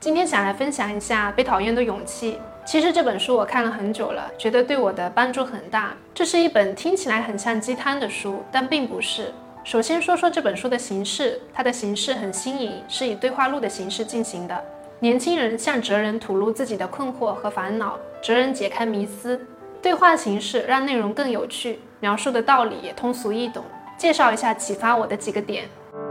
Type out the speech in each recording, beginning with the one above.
今天想来分享一下《被讨厌的勇气》。其实这本书我看了很久了，觉得对我的帮助很大。这是一本听起来很像鸡汤的书，但并不是。首先说说这本书的形式，它的形式很新颖，是以对话录的形式进行的。年轻人向哲人吐露自己的困惑和烦恼，哲人解开迷思。对话形式让内容更有趣，描述的道理也通俗易懂。介绍一下启发我的几个点。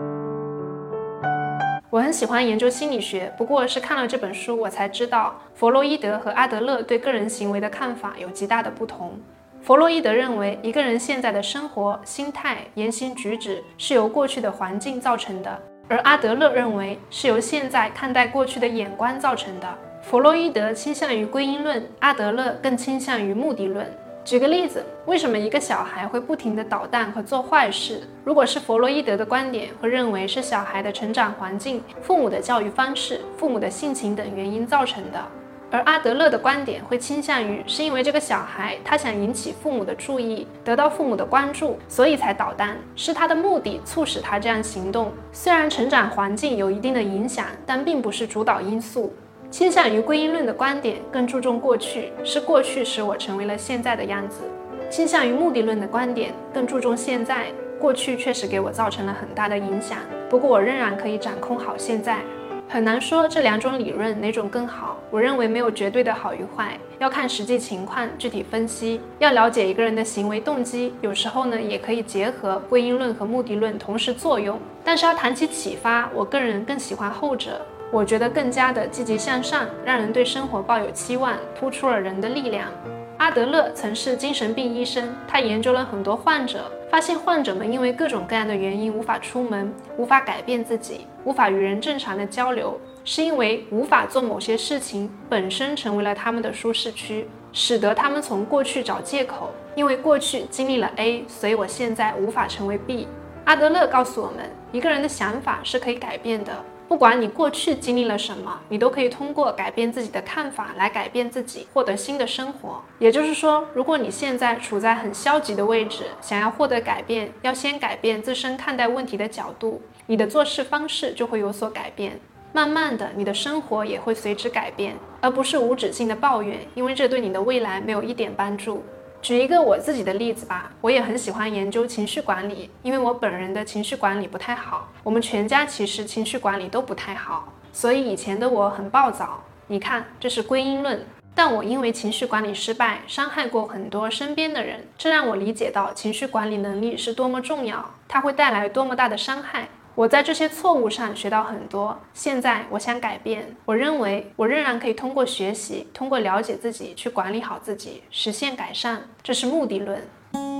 我很喜欢研究心理学，不过是看了这本书我才知道，弗洛伊德和阿德勒对个人行为的看法有极大的不同。弗洛伊德认为，一个人现在的生活、心态、言行举止是由过去的环境造成的，而阿德勒认为是由现在看待过去的眼光造成的。弗洛伊德倾向于归因论，阿德勒更倾向于目的论。举个例子，为什么一个小孩会不停地捣蛋和做坏事？如果是弗洛伊德的观点，会认为是小孩的成长环境、父母的教育方式、父母的性情等原因造成的。而阿德勒的观点会倾向于是因为这个小孩他想引起父母的注意，得到父母的关注，所以才捣蛋，是他的目的促使他这样行动。虽然成长环境有一定的影响，但并不是主导因素。倾向于归因论的观点更注重过去，是过去使我成为了现在的样子。倾向于目的论的观点更注重现在，过去确实给我造成了很大的影响，不过我仍然可以掌控好现在。很难说这两种理论哪种更好，我认为没有绝对的好与坏，要看实际情况具体分析。要了解一个人的行为动机，有时候呢也可以结合归因论和目的论同时作用。但是要谈起启发，我个人更喜欢后者。我觉得更加的积极向上，让人对生活抱有期望，突出了人的力量。阿德勒曾是精神病医生，他研究了很多患者，发现患者们因为各种各样的原因无法出门，无法改变自己，无法与人正常的交流，是因为无法做某些事情本身成为了他们的舒适区，使得他们从过去找借口，因为过去经历了 A， 所以我现在无法成为 B。 阿德勒告诉我们，一个人的想法是可以改变的，不管你过去经历了什么，你都可以通过改变自己的看法来改变自己，获得新的生活。也就是说，如果你现在处在很消极的位置，想要获得改变，要先改变自身看待问题的角度，你的做事方式就会有所改变，慢慢的你的生活也会随之改变，而不是无止境的抱怨，因为这对你的未来没有一点帮助。举一个我自己的例子吧，我也很喜欢研究情绪管理，因为我本人的情绪管理不太好，我们全家其实情绪管理都不太好，所以以前的我很暴躁。你看，这是归因论。但我因为情绪管理失败，伤害过很多身边的人，这让我理解到情绪管理能力是多么重要，它会带来多么大的伤害。我在这些错误上学到很多，现在我想改变，我认为我仍然可以通过学习，通过了解自己去管理好自己，实现改善，这是目的论。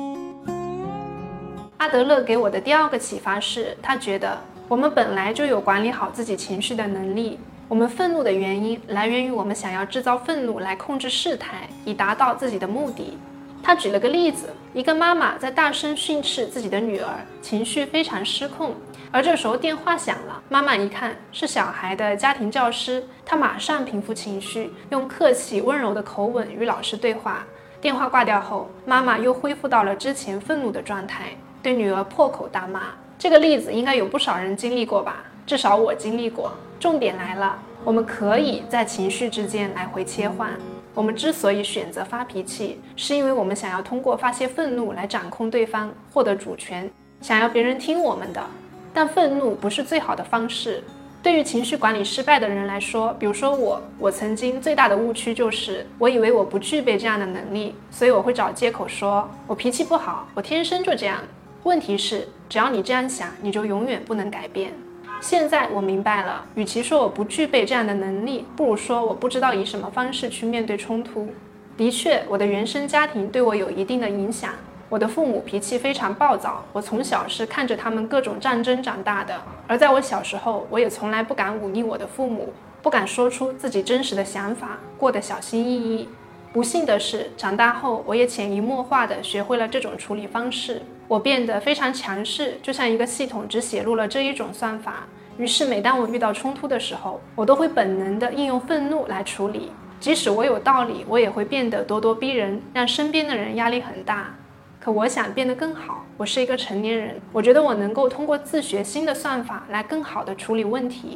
阿德勒给我的第二个启发是，他觉得我们本来就有管理好自己情绪的能力，我们愤怒的原因来源于我们想要制造愤怒来控制事态，以达到自己的目的。他举了个例子，一个妈妈在大声训斥自己的女儿，情绪非常失控，而这时候电话响了，妈妈一看是小孩的家庭教师，她马上平复情绪，用客气温柔的口吻与老师对话。电话挂掉后，妈妈又恢复到了之前愤怒的状态，对女儿破口大骂。这个例子应该有不少人经历过吧，至少我经历过。重点来了，我们可以在情绪之间来回切换。我们之所以选择发脾气，是因为我们想要通过发泄愤怒来掌控对方，获得主权，想要别人听我们的。但愤怒不是最好的方式。对于情绪管理失败的人来说，比如说我曾经最大的误区就是，我以为我不具备这样的能力，所以我会找借口说我脾气不好，我天生就这样。问题是，只要你这样想，你就永远不能改变。现在我明白了，与其说我不具备这样的能力，不如说我不知道以什么方式去面对冲突。的确，我的原生家庭对我有一定的影响。我的父母脾气非常暴躁，我从小是看着他们各种战争长大的。而在我小时候，我也从来不敢忤逆我的父母，不敢说出自己真实的想法，过得小心翼翼。不幸的是，长大后我也潜移默化地学会了这种处理方式。我变得非常强势，就像一个系统只写入了这一种算法。于是每当我遇到冲突的时候，我都会本能地应用愤怒来处理。即使我有道理，我也会变得咄咄逼人，让身边的人压力很大。可我想变得更好，我是一个成年人，我觉得我能够通过自学新的算法来更好地处理问题。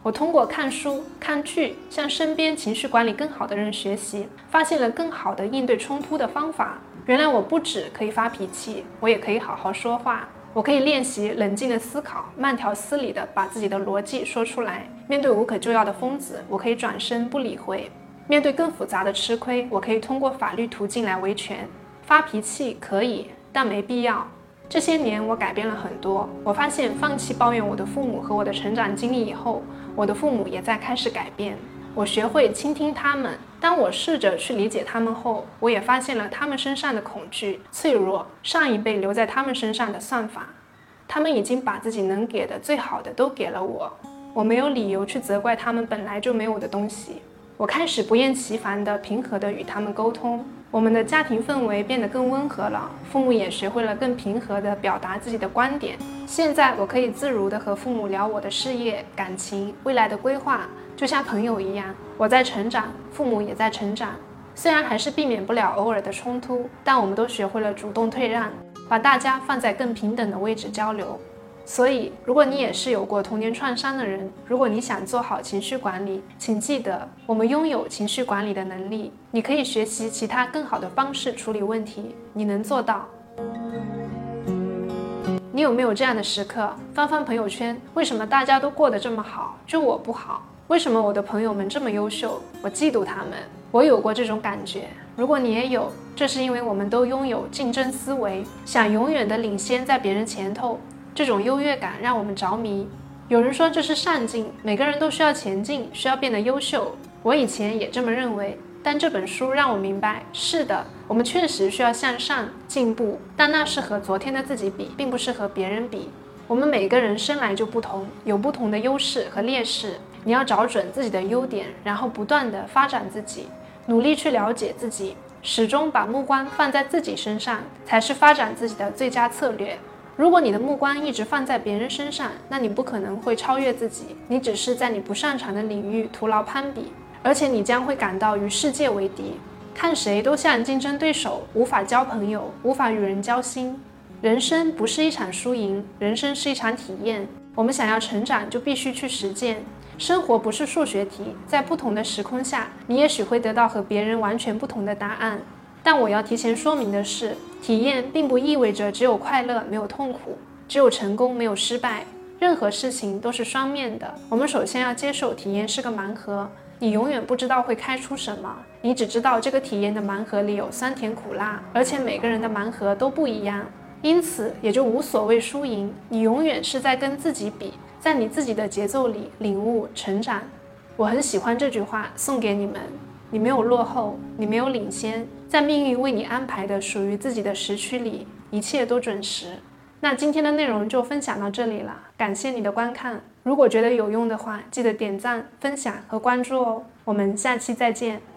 我通过看书、看剧，向身边情绪管理更好的人学习，发现了更好的应对冲突的方法。原来我不只可以发脾气，我也可以好好说话。我可以练习冷静的思考，慢条斯理的把自己的逻辑说出来。面对无可救药的疯子，我可以转身不理会。面对更复杂的吃亏，我可以通过法律途径来维权。发脾气可以，但没必要。这些年我改变了很多，我发现放弃抱怨我的父母和我的成长经历以后，我的父母也在开始改变。我学会倾听他们，当我试着去理解他们后，我也发现了他们身上的恐惧、脆弱，上一辈留在他们身上的算法。他们已经把自己能给的最好的都给了我，我没有理由去责怪他们本来就没有的东西。我开始不厌其烦地平和地与他们沟通，我们的家庭氛围变得更温和了，父母也学会了更平和地表达自己的观点。现在我可以自如地和父母聊我的事业、感情、未来的规划，就像朋友一样。我在成长，父母也在成长，虽然还是避免不了偶尔的冲突，但我们都学会了主动退让，把大家放在更平等的位置交流。所以，如果你也是有过童年创伤的人，如果你想做好情绪管理，请记得，我们拥有情绪管理的能力。你可以学习其他更好的方式处理问题，你能做到。你有没有这样的时刻？翻翻朋友圈，为什么大家都过得这么好，就我不好？为什么我的朋友们这么优秀，我嫉妒他们？我有过这种感觉，如果你也有，这是因为我们都拥有竞争思维，想永远的领先在别人前头。这种优越感让我们着迷。有人说这是上进，每个人都需要前进，需要变得优秀。我以前也这么认为，但这本书让我明白，是的，我们确实需要向上进步，但那是和昨天的自己比，并不是和别人比。我们每个人生来就不同，有不同的优势和劣势。你要找准自己的优点，然后不断地发展自己，努力去了解自己，始终把目光放在自己身上，才是发展自己的最佳策略。如果你的目光一直放在别人身上，那你不可能会超越自己，你只是在你不擅长的领域徒劳攀比，而且你将会感到与世界为敌，看谁都像竞争对手，无法交朋友，无法与人交心。人生不是一场输赢，人生是一场体验。我们想要成长，就必须去实践。生活不是数学题，在不同的时空下，你也许会得到和别人完全不同的答案。但我要提前说明的是，体验并不意味着只有快乐没有痛苦，只有成功没有失败。任何事情都是双面的，我们首先要接受体验是个盲盒，你永远不知道会开出什么，你只知道这个体验的盲盒里有酸甜苦辣，而且每个人的盲盒都不一样，因此也就无所谓输赢，你永远是在跟自己比，在你自己的节奏里领悟成长。我很喜欢这句话，送给你们。你没有落后，你没有领先，在命运为你安排的属于自己的时区里，一切都准时。那今天的内容就分享到这里了，感谢你的观看。如果觉得有用的话，记得点赞、分享和关注哦。我们下期再见。